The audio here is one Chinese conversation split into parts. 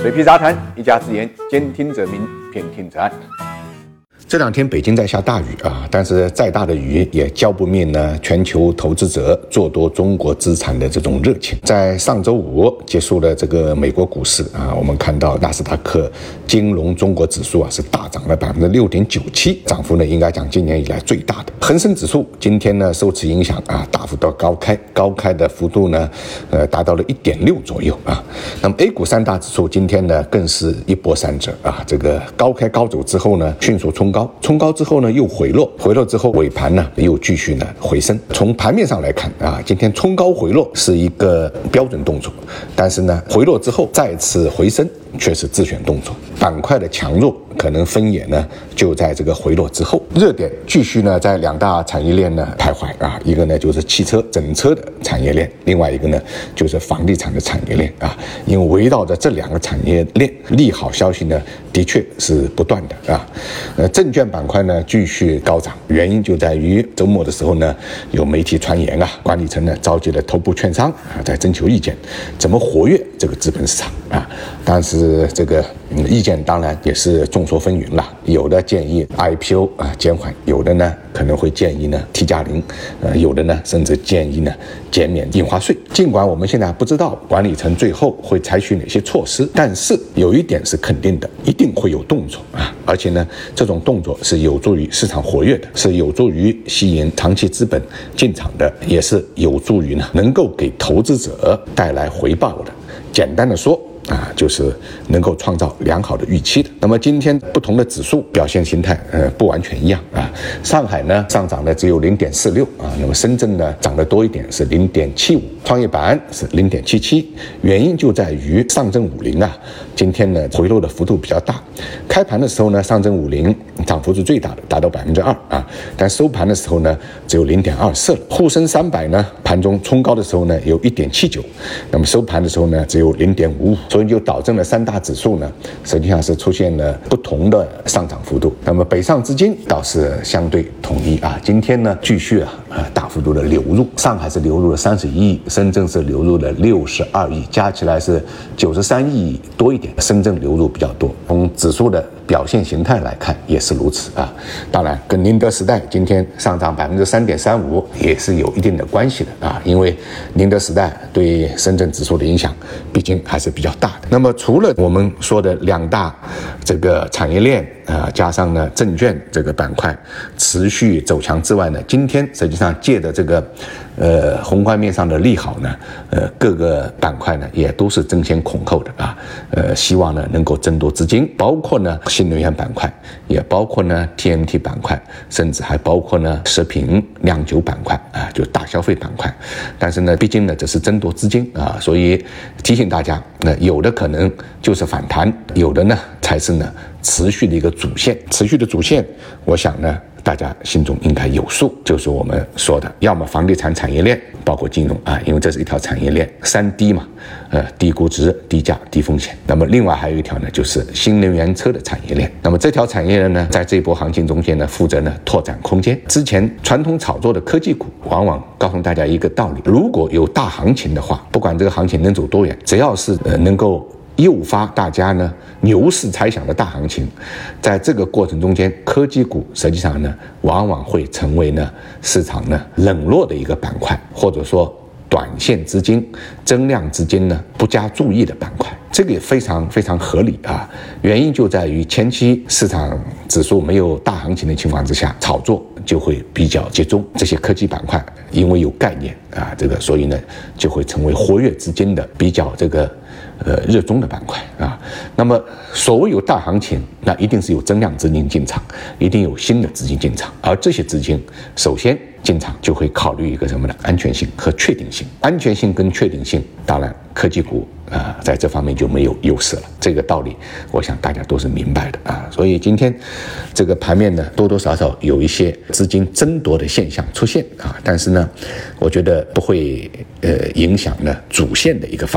水皮杂谈，一家之言，兼听则明，偏听则暗。这两天北京在下大雨啊，但是再大的雨也浇不灭呢全球投资者做多中国资产的这种热情。在上周五结束了这个美国股市啊，我们看到纳斯达克金融中国指数啊是大涨了6.97%，涨幅呢应该讲今年以来最大的。恒生指数今天呢受此影响啊，大幅度高开的幅度呢达到了1.6左右啊。那么 A 股三大指数今天呢更是一波三折啊，这个高开高走之后呢迅速冲高之后呢又回落之后尾盘呢又继续呢回升。从盘面上来看啊，今天冲高回落是一个标准动作，但是呢回落之后再次回升却是自选动作。板块的强弱可能分野呢就在这个回落之后。热点继续呢在两大产业链呢徘徊啊，一个呢就是汽车整车的产业链，另外一个呢就是房地产的产业链啊。因为围绕着这两个产业链，利好消息呢的确是不断的啊。证券板块呢继续高涨，原因就在于周末的时候呢有媒体传言啊，管理层呢召集了头部券商啊在征求意见，怎么活跃这个资本市场啊。但是这个意见当然也是众说纷纭了，有的建议 IPO 减缓，有的呢可能会建议呢 T+0，有的呢甚至建议呢减免印花税。尽管我们现在不知道管理层最后会采取哪些措施，但是有一点是肯定的，一定会有动作啊！而且呢，这种动作是有助于市场活跃的，是有助于吸引长期资本进场的，也是有助于呢能够给投资者带来回报的。简单的说啊，就是能够创造良好的预期的。那么今天不同的指数表现形态不完全一样啊。上海呢上涨的只有0.46啊，那么深圳呢涨得多一点是0.75，创业板是0.77。原因就在于上证50啊，今天呢回落的幅度比较大。开盘的时候呢，上证50涨幅是最大的，达到2%啊，但收盘的时候呢只有0.24了。沪深300呢盘中冲高的时候呢有1.79，那么收盘的时候呢只有0.55。所以就导致了三大指数呢实际上是出现了不同的上涨幅度。那么北上资金倒是相对统一啊，今天呢继续大幅度的流入，上海是流入了31亿，深圳是流入了62亿，加起来是93亿多一点，深圳流入比较多。从指数的表现形态来看也是如此啊。当然跟宁德时代今天上涨3.35%也是有一定的关系的啊，因为宁德时代对深圳指数的影响毕竟还是比较大的。那么除了我们说的两大这个产业链加上呢证券这个板块持续走强之外呢，今天实际上借的这个宏观面上的利好呢，各个板块呢也都是争先恐后的啊，希望呢能够争夺资金，包括呢新能源板块，也包括呢 TMT 板块，甚至还包括呢食品酿酒板块啊，就大消费板块。但是呢，毕竟呢这是争夺资金啊，所以提醒大家，有的可能就是反弹，有的呢才是呢持续的一个主线。持续的主线，我想呢大家心中应该有数，就是我们说的，要么房地产产业链，包括金融啊，因为这是一条产业链，3D 嘛，低估值、低价、低风险。那么另外还有一条呢，就是新能源车的产业链。那么这条产业链呢，在这波行情中间呢，负责呢拓展空间。之前传统炒作的科技股，往往告诉大家一个道理：如果有大行情的话，不管这个行情能走多远，只要是能够诱发大家呢牛市猜想的大行情，在这个过程中间，科技股实际上呢往往会成为呢市场呢冷落的一个板块，或者说短线资金、增量资金呢不加注意的板块。这个也非常非常合理啊，原因就在于前期市场指数没有大行情的情况之下，炒作就会比较集中，这些科技板块因为有概念啊，所以呢就会成为活跃资金的比较热衷的板块啊。那么所谓有大行情，那一定是有增量资金进场，一定有新的资金进场，而这些资金首先进场就会考虑一个什么呢？安全性和确定性。安全性跟确定性，当然科技股在这方面就没有优势了。这个道理我想大家都是明白的啊。所以今天这个盘面呢，多多少少有一些资金争夺的现象出现啊，但是呢我觉得不会影响呢主线的一个发展。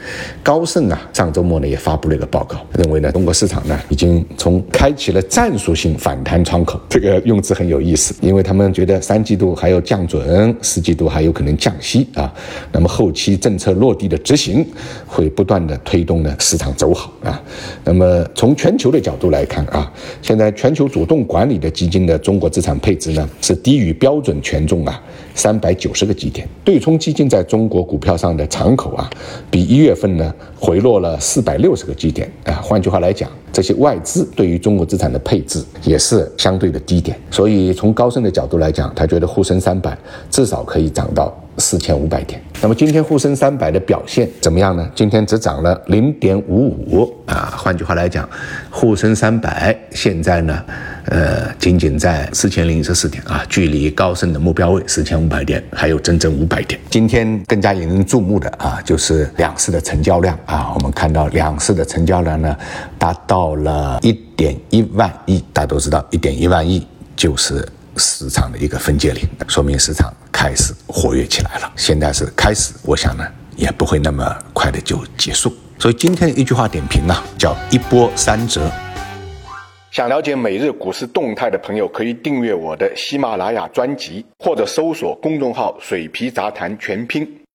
高盛呢上周末呢也发布了一个报告，认为呢中国市场呢已经从开启了战术性反弹窗口，这个用字很有意思，因为他们觉得3季度还要降准，4季度还有可能降息啊，那么后期政策落地的执行会不断的推动呢市场走好啊。那么从全球的角度来看啊，现在全球主动管理的基金的中国资产配置呢是低于标准权重390个基点，对冲基金在中国股票上的敞口比1月份呢回落了460个基点换句话来讲，这些外资对于中国资产的配置也是相对的低点，所以从高盛的角度来讲，他觉得沪深300至少可以涨到4500点。那么今天沪深300的表现怎么样呢？今天只涨了 0.55 换句话来讲，沪深300现在呢仅仅在4014点距离高盛的目标位4500点还有整整500点。今天更加引人注目的就是两市的成交量我们看到两市的成交量呢达到了 1.1万亿，大家都知道 1.1万亿就是市场的一个分界岭，说明市场开始活跃起来了。现在是开始，我想呢也不会那么快的就结束。所以今天的一句话点评叫一波三折。想了解每日股市动态的朋友，可以订阅我的喜马拉雅专辑，或者搜索公众号水皮杂谈全拼。